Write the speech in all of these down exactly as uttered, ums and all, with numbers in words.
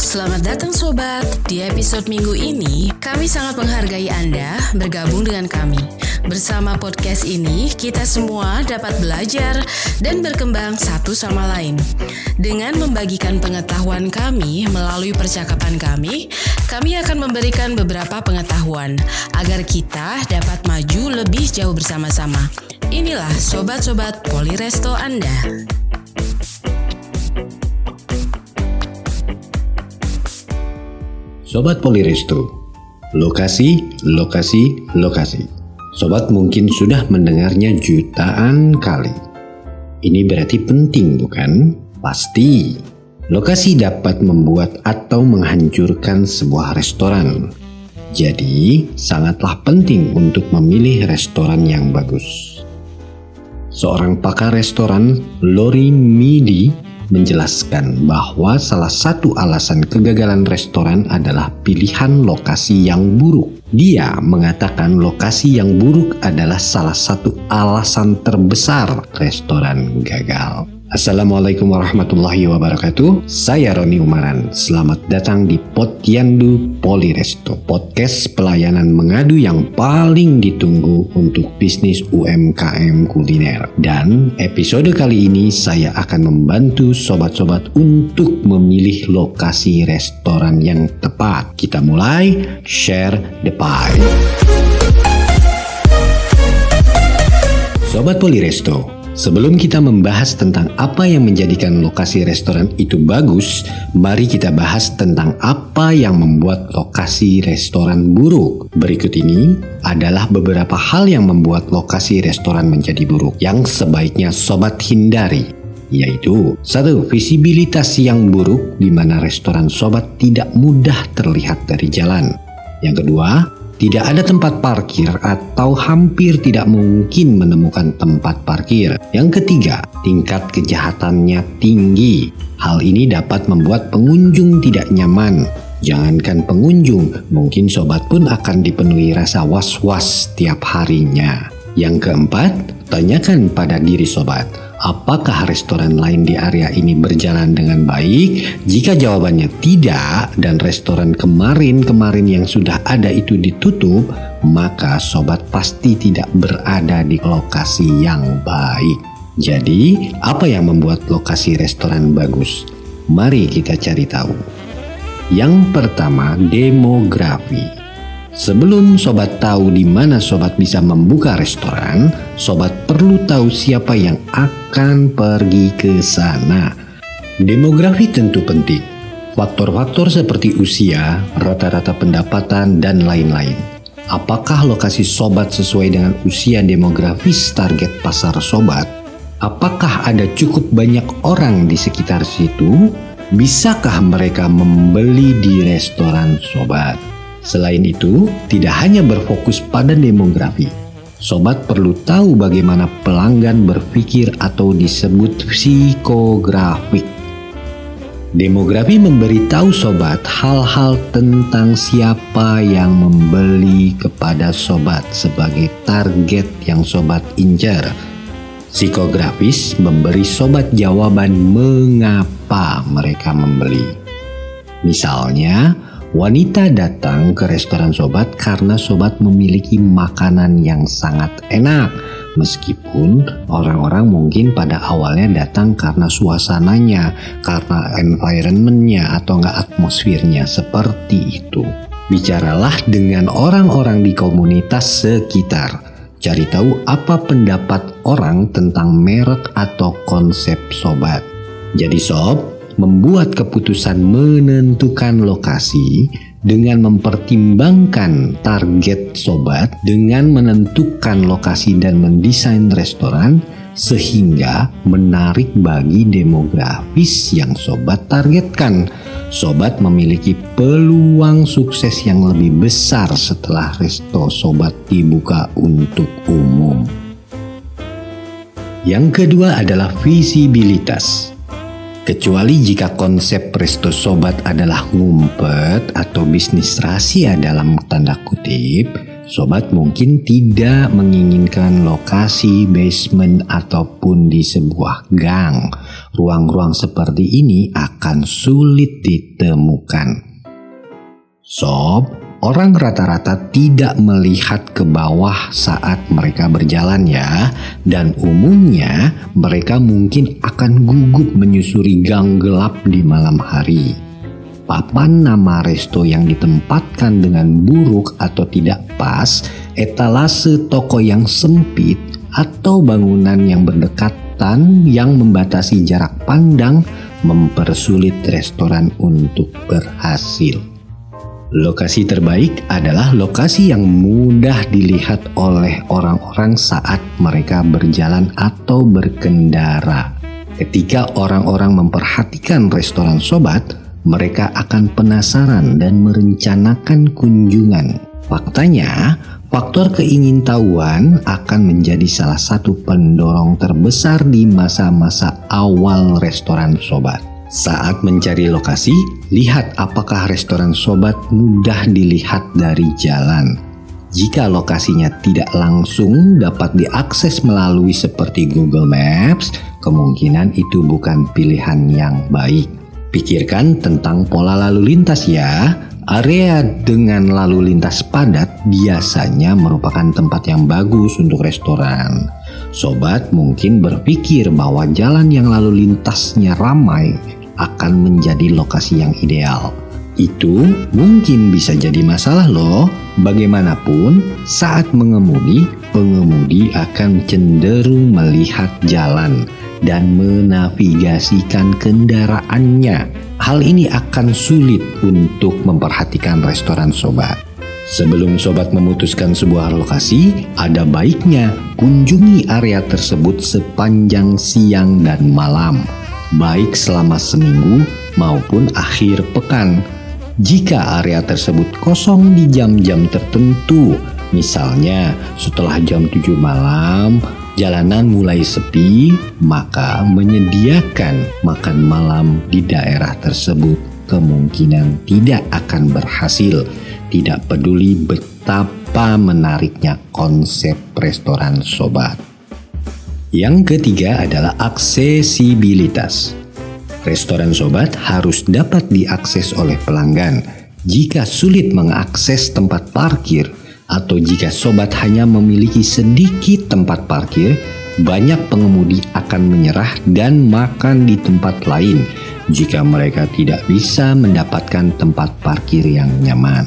Selamat datang Sobat. Di episode minggu ini, kami sangat menghargai Anda bergabung dengan kami. Bersama podcast ini, kita semua dapat belajar dan berkembang satu sama lain. Dengan membagikan pengetahuan kami melalui percakapan kami, kami akan memberikan beberapa pengetahuan agar kita dapat maju lebih jauh bersama-sama. Inilah Sobat-Sobat Poliresto Anda. Sobat Poliresto, lokasi, lokasi, lokasi. Sobat mungkin sudah mendengarnya jutaan kali. Ini berarti penting, bukan? Pasti. Lokasi dapat membuat atau menghancurkan sebuah restoran. Jadi, sangatlah penting untuk memilih restoran yang bagus. Seorang pakar restoran, Lori Meade, menjelaskan bahwa salah satu alasan kegagalan restoran adalah pilihan lokasi yang buruk. Dia mengatakan lokasi yang buruk adalah salah satu alasan terbesar restoran gagal. Assalamualaikum warahmatullahi wabarakatuh. Saya Roni Umaran. Selamat datang di Potyandu Poliresto, podcast pelayanan mengadu yang paling ditunggu untuk bisnis U M K M kuliner. Dan episode kali ini saya akan membantu sobat-sobat untuk memilih lokasi restoran yang tepat. Kita mulai, share the pie. Sobat Poliresto, sebelum kita membahas tentang apa yang menjadikan lokasi restoran itu bagus, mari kita bahas tentang apa yang membuat lokasi restoran buruk. Berikut ini adalah beberapa hal yang membuat lokasi restoran menjadi buruk yang sebaiknya sobat hindari. Yaitu, satu, visibilitas yang buruk di mana restoran sobat tidak mudah terlihat dari jalan. Yang kedua, tidak ada tempat parkir atau hampir tidak mungkin menemukan tempat parkir. Yang ketiga, tingkat kejahatannya tinggi. Hal ini dapat membuat pengunjung tidak nyaman. Jangankan pengunjung, mungkin sobat pun akan dipenuhi rasa was-was tiap harinya. Yang keempat, tanyakan pada diri sobat, apakah restoran lain di area ini berjalan dengan baik? Jika jawabannya tidak dan restoran kemarin-kemarin yang sudah ada itu ditutup, maka sobat pasti tidak berada di lokasi yang baik. Jadi, apa yang membuat lokasi restoran bagus? Mari kita cari tahu. Yang pertama, demografi. Sebelum sobat tahu di mana sobat bisa membuka restoran, sobat perlu tahu siapa yang akan pergi ke sana. Demografi tentu penting. Faktor-faktor seperti usia, rata-rata pendapatan, dan lain-lain. Apakah lokasi sobat sesuai dengan usia demografis target pasar sobat? Apakah ada cukup banyak orang di sekitar situ? Bisakah mereka membeli di restoran sobat? Selain itu, tidak hanya berfokus pada demografi. Sobat perlu tahu bagaimana pelanggan berpikir atau disebut psikografik. Demografi memberitahu sobat hal-hal tentang siapa yang membeli kepada sobat sebagai target yang sobat incar. Psikografis memberi sobat jawaban mengapa mereka membeli. Misalnya, wanita datang ke restoran sobat karena sobat memiliki makanan yang sangat enak. Meskipun orang-orang mungkin pada awalnya datang karena suasananya, karena environment-nya atau enggak atmosfernya seperti itu. Bicaralah dengan orang-orang di komunitas sekitar. Cari tahu apa pendapat orang tentang merek atau konsep sobat. Jadi sob, membuat keputusan menentukan lokasi dengan mempertimbangkan target sobat, dengan menentukan lokasi dan mendesain restoran sehingga menarik bagi demografis yang sobat targetkan. Sobat memiliki peluang sukses yang lebih besar setelah resto sobat dibuka untuk umum. Yang kedua adalah visibilitas. Kecuali jika konsep resto sobat adalah ngumpet atau bisnis rahasia dalam tanda kutip, Sobat mungkin tidak menginginkan lokasi basement ataupun di sebuah gang. Ruang-ruang seperti ini akan sulit ditemukan. Sob, orang rata-rata tidak melihat ke bawah saat mereka berjalan ya. Dan umumnya mereka mungkin akan gugup menyusuri gang gelap di malam hari. Papan nama resto yang ditempatkan dengan buruk atau tidak pas, etalase toko yang sempit, atau bangunan yang berdekatan yang membatasi jarak pandang mempersulit restoran untuk berhasil. Lokasi terbaik adalah lokasi yang mudah dilihat oleh orang-orang saat mereka berjalan atau berkendara. Ketika orang-orang memperhatikan restoran sobat, mereka akan penasaran dan merencanakan kunjungan. Faktanya, faktor keingintahuan akan menjadi salah satu pendorong terbesar di masa-masa awal restoran sobat. Saat mencari lokasi, lihat apakah restoran sobat mudah dilihat dari jalan. Jika lokasinya tidak langsung dapat diakses melalui seperti Google Maps, kemungkinan itu bukan pilihan yang baik. Pikirkan tentang pola lalu lintas ya. Area dengan lalu lintas padat biasanya merupakan tempat yang bagus untuk restoran. Sobat mungkin berpikir bahwa jalan yang lalu lintasnya ramai akan menjadi lokasi yang ideal. Itu mungkin bisa jadi masalah loh. Bagaimanapun, saat mengemudi, pengemudi akan cenderung melihat jalan dan menavigasikan kendaraannya. Hal ini akan sulit untuk memperhatikan restoran sobat. Sebelum sobat memutuskan sebuah lokasi, ada baiknya kunjungi area tersebut sepanjang siang dan malam, baik selama seminggu maupun akhir pekan. Jika area tersebut kosong di jam-jam tertentu, misalnya setelah jam tujuh malam, jalanan mulai sepi, maka menyediakan makan malam di daerah tersebut kemungkinan tidak akan berhasil. Tidak peduli betapa menariknya konsep restoran sobat. Yang ketiga adalah aksesibilitas. Restoran sobat harus dapat diakses oleh pelanggan. Jika sulit mengakses tempat parkir, atau jika sobat hanya memiliki sedikit tempat parkir, banyak pengemudi akan menyerah dan makan di tempat lain jika mereka tidak bisa mendapatkan tempat parkir yang nyaman.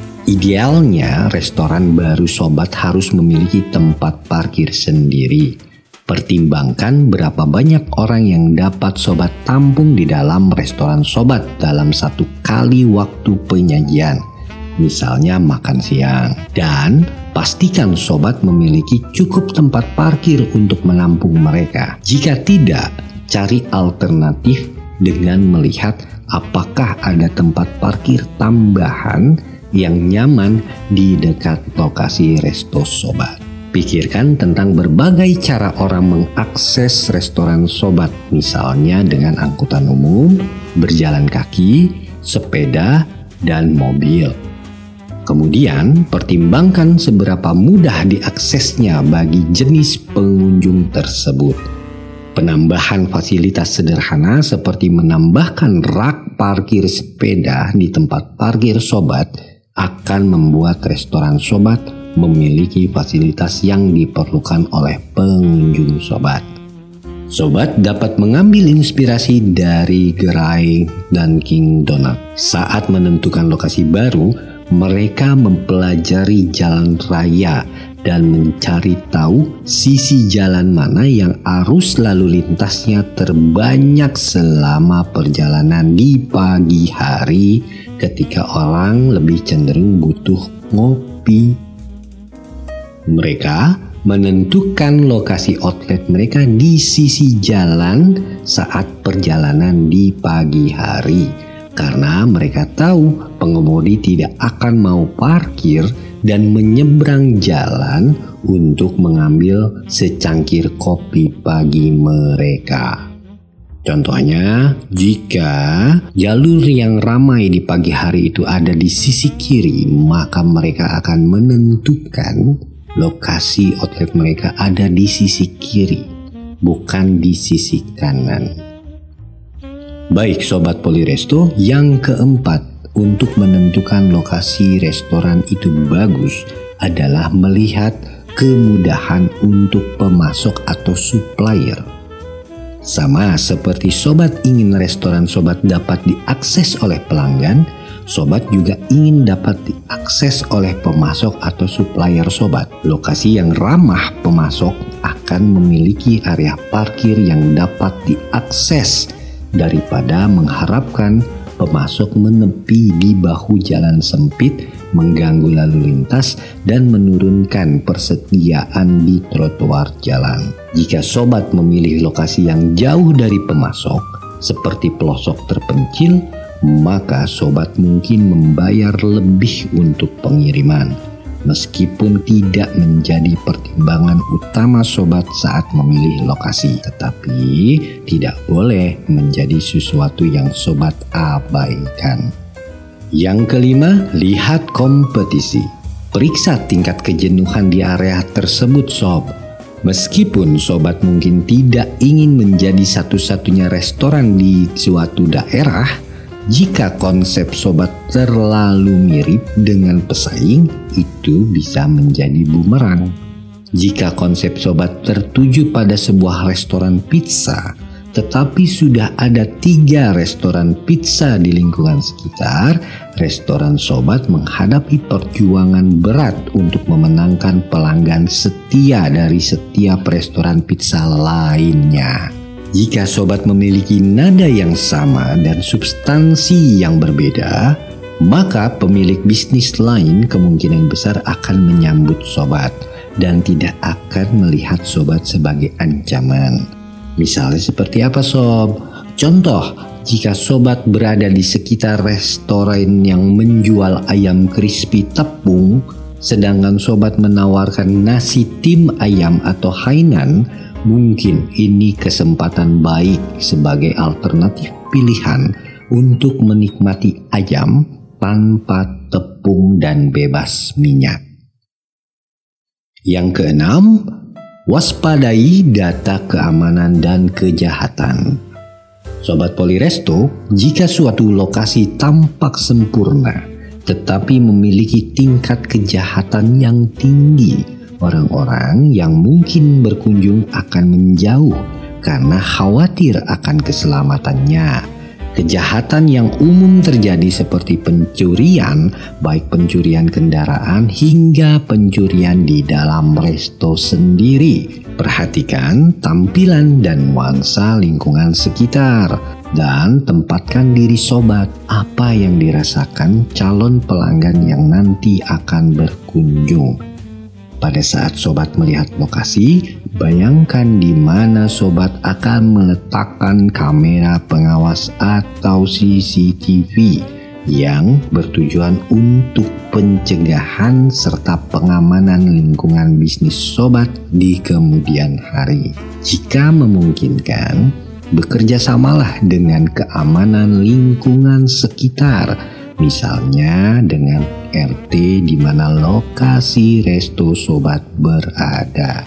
Idealnya, restoran baru sobat harus memiliki tempat parkir sendiri. Pertimbangkan berapa banyak orang yang dapat sobat tampung di dalam restoran sobat dalam satu kali waktu penyajian. Misalnya makan siang, dan pastikan sobat memiliki cukup tempat parkir untuk menampung mereka. Jika tidak, cari alternatif dengan melihat apakah ada tempat parkir tambahan yang nyaman di dekat lokasi resto sobat. Pikirkan tentang berbagai cara orang mengakses restoran sobat, misalnya dengan angkutan umum, berjalan kaki, sepeda, dan mobil. Kemudian, pertimbangkan seberapa mudah diaksesnya bagi jenis pengunjung tersebut. Penambahan fasilitas sederhana seperti menambahkan rak parkir sepeda di tempat parkir sobat akan membuat restoran sobat memiliki fasilitas yang diperlukan oleh pengunjung sobat. Sobat dapat mengambil inspirasi dari gerai Dunkin' Donuts. Saat menentukan lokasi baru, mereka mempelajari jalan raya dan mencari tahu sisi jalan mana yang arus lalu lintasnya terbanyak selama perjalanan di pagi hari ketika orang lebih cenderung butuh ngopi. Mereka menentukan lokasi outlet mereka di sisi jalan saat perjalanan di pagi hari, karena mereka tahu pengemudi tidak akan mau parkir dan menyeberang jalan untuk mengambil secangkir kopi pagi mereka. Contohnya, jika jalur yang ramai di pagi hari itu ada di sisi kiri, maka mereka akan menentukan lokasi outlet mereka ada di sisi kiri, bukan di sisi kanan. Baik Sobat Poliresto, yang keempat untuk menentukan lokasi restoran itu bagus adalah melihat kemudahan untuk pemasok atau supplier. Sama seperti Sobat ingin restoran Sobat dapat diakses oleh pelanggan, Sobat juga ingin dapat diakses oleh pemasok atau supplier Sobat. Lokasi yang ramah pemasok akan memiliki area parkir yang dapat diakses daripada mengharapkan pemasok menepi di bahu jalan sempit, mengganggu lalu lintas, dan menurunkan persediaan di trotoar jalan. Jika Sobat memilih lokasi yang jauh dari pemasok, seperti pelosok terpencil, maka Sobat mungkin membayar lebih untuk pengiriman, meskipun tidak menjadi pertimbangan utama Sobat saat memilih lokasi. Tetapi tidak boleh menjadi sesuatu yang Sobat abaikan. Yang kelima, lihat kompetisi. Periksa tingkat kejenuhan di area tersebut Sob. Meskipun Sobat mungkin tidak ingin menjadi satu-satunya restoran di suatu daerah, jika konsep Sobat terlalu mirip dengan pesaing, itu bisa menjadi bumerang. Jika konsep Sobat tertuju pada sebuah restoran pizza, tetapi sudah ada tiga restoran pizza di lingkungan sekitar, restoran Sobat menghadapi perjuangan berat untuk memenangkan pelanggan setia dari setiap restoran pizza lainnya. Jika Sobat memiliki nada yang sama dan substansi yang berbeda, maka pemilik bisnis lain kemungkinan besar akan menyambut Sobat dan tidak akan melihat Sobat sebagai ancaman. Misalnya seperti apa Sob? Contoh, jika Sobat berada di sekitar restoran yang menjual ayam crispy tepung, sedangkan Sobat menawarkan nasi tim ayam atau Hainan, mungkin ini kesempatan baik sebagai alternatif pilihan untuk menikmati ayam tanpa tepung dan bebas minyak. Yang keenam, waspadai data keamanan dan kejahatan. Sobat Poliresto, jika suatu lokasi tampak sempurna tetapi memiliki tingkat kejahatan yang tinggi, orang-orang yang mungkin berkunjung akan menjauh karena khawatir akan keselamatannya. Kejahatan yang umum terjadi seperti pencurian, baik pencurian kendaraan hingga pencurian di dalam resto sendiri. Perhatikan tampilan dan nuansa lingkungan sekitar dan tempatkan diri Sobat apa yang dirasakan calon pelanggan yang nanti akan berkunjung. Pada saat Sobat melihat lokasi, bayangkan di mana Sobat akan meletakkan kamera pengawas atau C C T V yang bertujuan untuk pencegahan serta pengamanan lingkungan bisnis Sobat di kemudian hari. Jika memungkinkan, bekerja samalah dengan keamanan lingkungan sekitar, misalnya dengan R T di mana lokasi resto Sobat berada.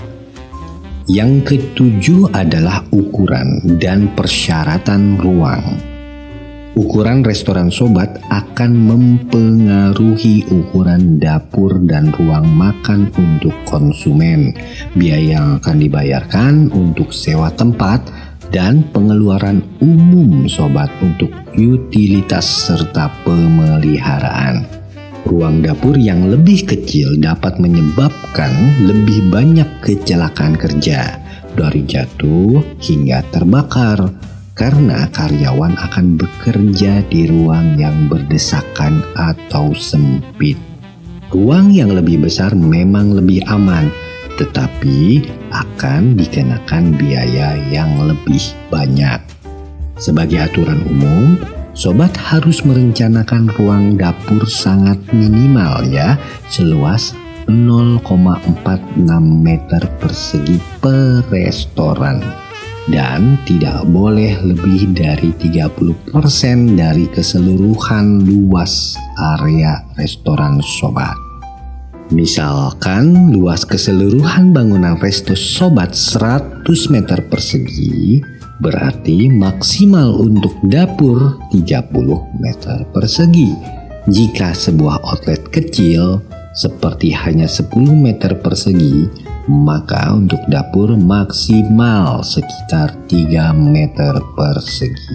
Yang ketujuh adalah ukuran dan persyaratan ruang. Ukuran restoran Sobat akan mempengaruhi ukuran dapur dan ruang makan untuk konsumen, biaya yang akan dibayarkan untuk sewa tempat, dan pengeluaran umum Sobat untuk utilitas serta pemeliharaan. Ruang dapur yang lebih kecil dapat menyebabkan lebih banyak kecelakaan kerja, dari jatuh hingga terbakar, karena karyawan akan bekerja di ruang yang berdesakan atau sempit. Ruang yang lebih besar memang lebih aman, tetapi akan dikenakan biaya yang lebih banyak. Sebagai aturan umum, Sobat harus merencanakan ruang dapur sangat minimal ya, seluas nol koma empat enam meter persegi per restoran. dan tidak boleh lebih dari tiga puluh persen dari keseluruhan luas area restoran sobat. Misalkan luas keseluruhan bangunan resto sobat seratus meter persegi, berarti maksimal untuk dapur tiga puluh meter persegi. Jika sebuah outlet kecil seperti hanya sepuluh meter persegi, maka untuk dapur maksimal sekitar tiga meter persegi.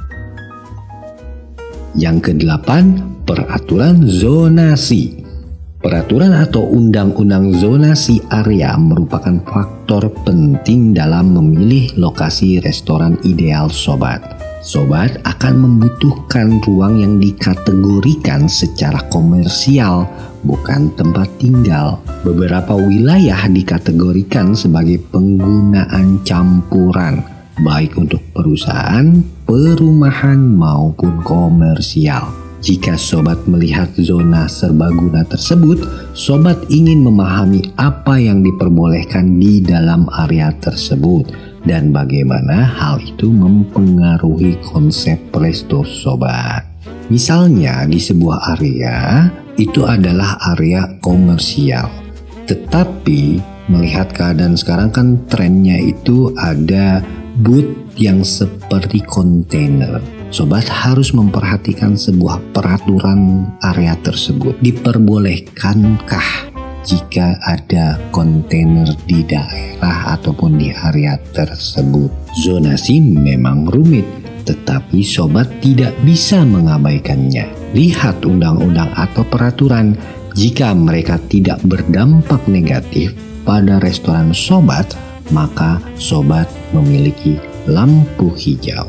Yang kedelapan, peraturan zonasi. Peraturan atau undang-undang zonasi area merupakan faktor penting dalam memilih lokasi restoran ideal sobat. Sobat akan membutuhkan ruang yang dikategorikan secara komersial, bukan tempat tinggal. Beberapa wilayah dikategorikan sebagai penggunaan campuran, baik untuk perusahaan, perumahan maupun komersial. Jika sobat melihat zona serbaguna tersebut, sobat ingin memahami apa yang diperbolehkan di dalam area tersebut dan bagaimana hal itu mempengaruhi konsep resto sobat. Misalnya di sebuah area itu adalah area komersial, tetapi melihat keadaan sekarang kan trennya itu ada booth yang seperti kontainer. Sobat harus memperhatikan sebuah peraturan area tersebut. Diperbolehkankah jika ada kontainer di daerah ataupun di area tersebut? Zonasi memang rumit, tetapi sobat tidak bisa mengabaikannya. Lihat undang-undang atau peraturan. Jika mereka tidak berdampak negatif pada restoran sobat, maka sobat memiliki lampu hijau.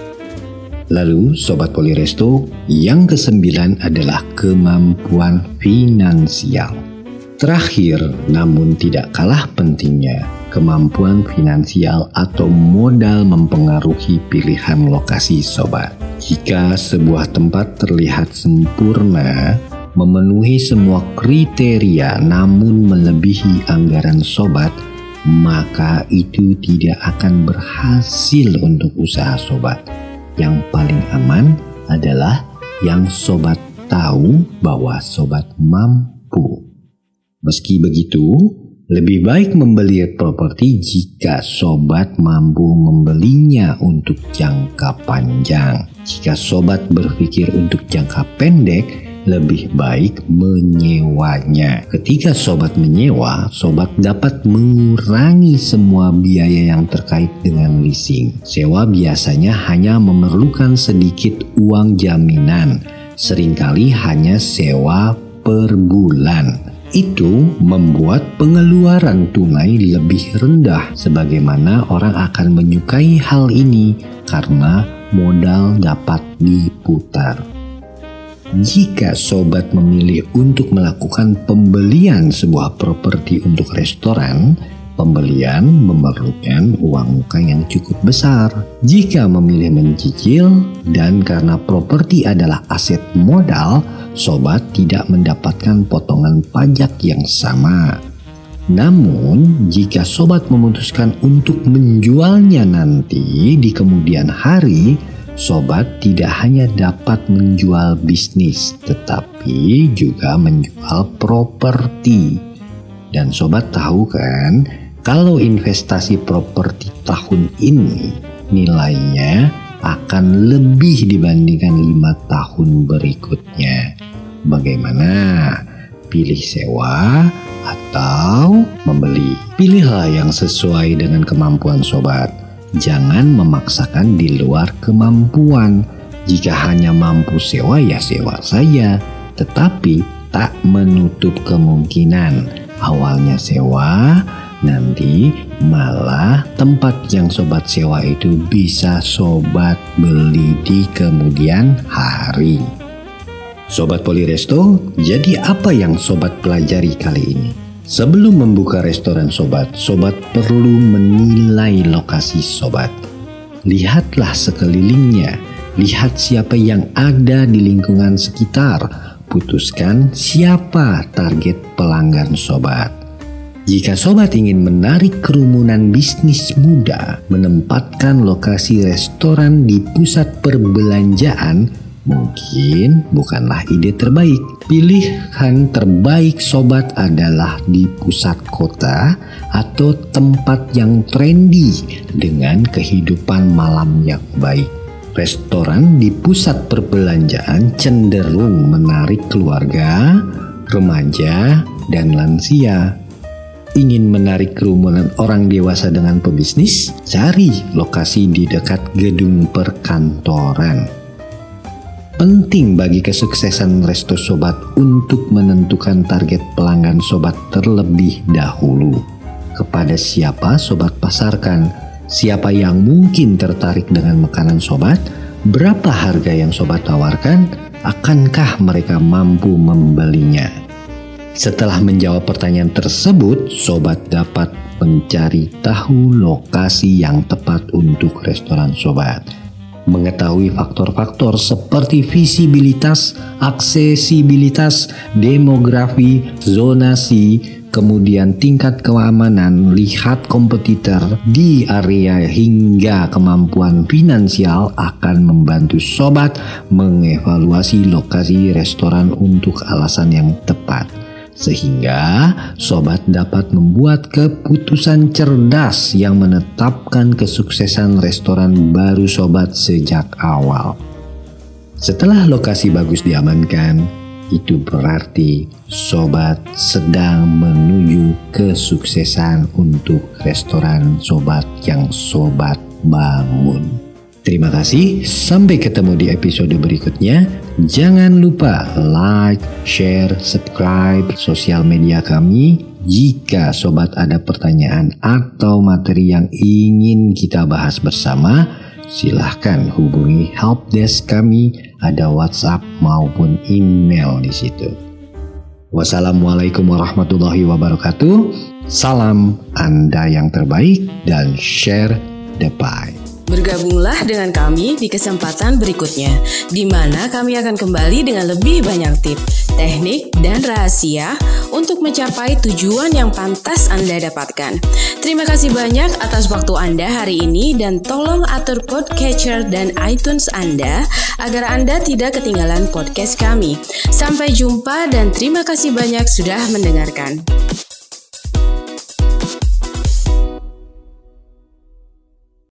Lalu Sobat Poliresto, yang kesembilan adalah kemampuan finansial. Terakhir, namun tidak kalah pentingnya, kemampuan finansial atau modal mempengaruhi pilihan lokasi sobat. Jika sebuah tempat terlihat sempurna, memenuhi semua kriteria namun melebihi anggaran sobat, maka itu tidak akan berhasil untuk usaha sobat. Yang paling aman adalah yang sobat tahu bahwa sobat mampu. Meski begitu, lebih baik membeli properti jika sobat mampu membelinya untuk jangka panjang. Jika sobat berpikir untuk jangka pendek, lebih baik menyewanya. Ketika sobat menyewa, sobat dapat mengurangi semua biaya yang terkait dengan leasing. Sewa biasanya hanya memerlukan sedikit uang jaminan, seringkali hanya sewa per bulan. Itu membuat pengeluaran tunai lebih rendah, sebagaimana orang akan menyukai hal ini karena modal dapat diputar. Jika sobat memilih untuk melakukan pembelian sebuah properti untuk restoran, pembelian memerlukan uang muka yang cukup besar. Jika memilih mencicil dan karena properti adalah aset modal, sobat tidak mendapatkan potongan pajak yang sama. Namun, jika sobat memutuskan untuk menjualnya nanti di kemudian hari, sobat tidak hanya dapat menjual bisnis, tetapi juga menjual properti. Dan sobat tahu kan, kalau investasi properti tahun ini nilainya akan lebih dibandingkan lima tahun berikutnya. Bagaimana? Pilih sewa atau membeli? Pilihlah yang sesuai dengan kemampuan sobat. Jangan memaksakan di luar kemampuan. Jika hanya mampu sewa ya sewa saja, tetapi tak menutup kemungkinan awalnya sewa, nanti malah tempat yang sobat sewa itu bisa sobat beli di kemudian hari. Sobat Poliresto, jadi apa yang sobat pelajari kali ini? Sebelum membuka restoran sobat, sobat perlu menilai lokasi sobat. Lihatlah sekelilingnya, lihat siapa yang ada di lingkungan sekitar, putuskan siapa target pelanggan sobat. Jika sobat ingin menarik kerumunan bisnis muda, menempatkan lokasi restoran di pusat perbelanjaan mungkin bukanlah ide terbaik. Pilihan terbaik sobat adalah di pusat kota atau tempat yang trendy dengan kehidupan malam yang baik. Restoran di pusat perbelanjaan cenderung menarik keluarga, remaja, dan lansia. Ingin menarik kerumunan orang dewasa dengan pebisnis? Cari lokasi di dekat gedung perkantoran. Penting bagi kesuksesan resto sobat untuk menentukan target pelanggan sobat terlebih dahulu. Kepada siapa sobat pasarkan? Siapa yang mungkin tertarik dengan makanan sobat? Berapa harga yang sobat tawarkan? Akankah mereka mampu membelinya? Setelah menjawab pertanyaan tersebut, sobat dapat mencari tahu lokasi yang tepat untuk restoran sobat. Mengetahui faktor-faktor seperti visibilitas, aksesibilitas, demografi, zonasi, kemudian tingkat keamanan, lihat kompetitor di area hingga kemampuan finansial akan membantu sobat mengevaluasi lokasi restoran untuk alasan yang tepat. Sehingga sobat dapat membuat keputusan cerdas yang menetapkan kesuksesan restoran baru sobat sejak awal. Setelah lokasi bagus diamankan, itu berarti sobat sedang menuju kesuksesan untuk restoran sobat yang sobat bangun. Terima kasih, sampai ketemu di episode berikutnya. Jangan lupa like, share, subscribe sosial media kami. Jika sobat ada pertanyaan atau materi yang ingin kita bahas bersama, silahkan hubungi helpdesk kami, ada WhatsApp maupun email di situ. Wassalamualaikum warahmatullahi wabarakatuh. Salam Anda yang terbaik dan share the pie. Bergabunglah dengan kami di kesempatan berikutnya, di mana kami akan kembali dengan lebih banyak tips, teknik, dan rahasia untuk mencapai tujuan yang pantas Anda dapatkan. Terima kasih banyak atas waktu Anda hari ini dan tolong atur podcatcher dan iTunes Anda agar Anda tidak ketinggalan podcast kami. Sampai jumpa dan terima kasih banyak sudah mendengarkan.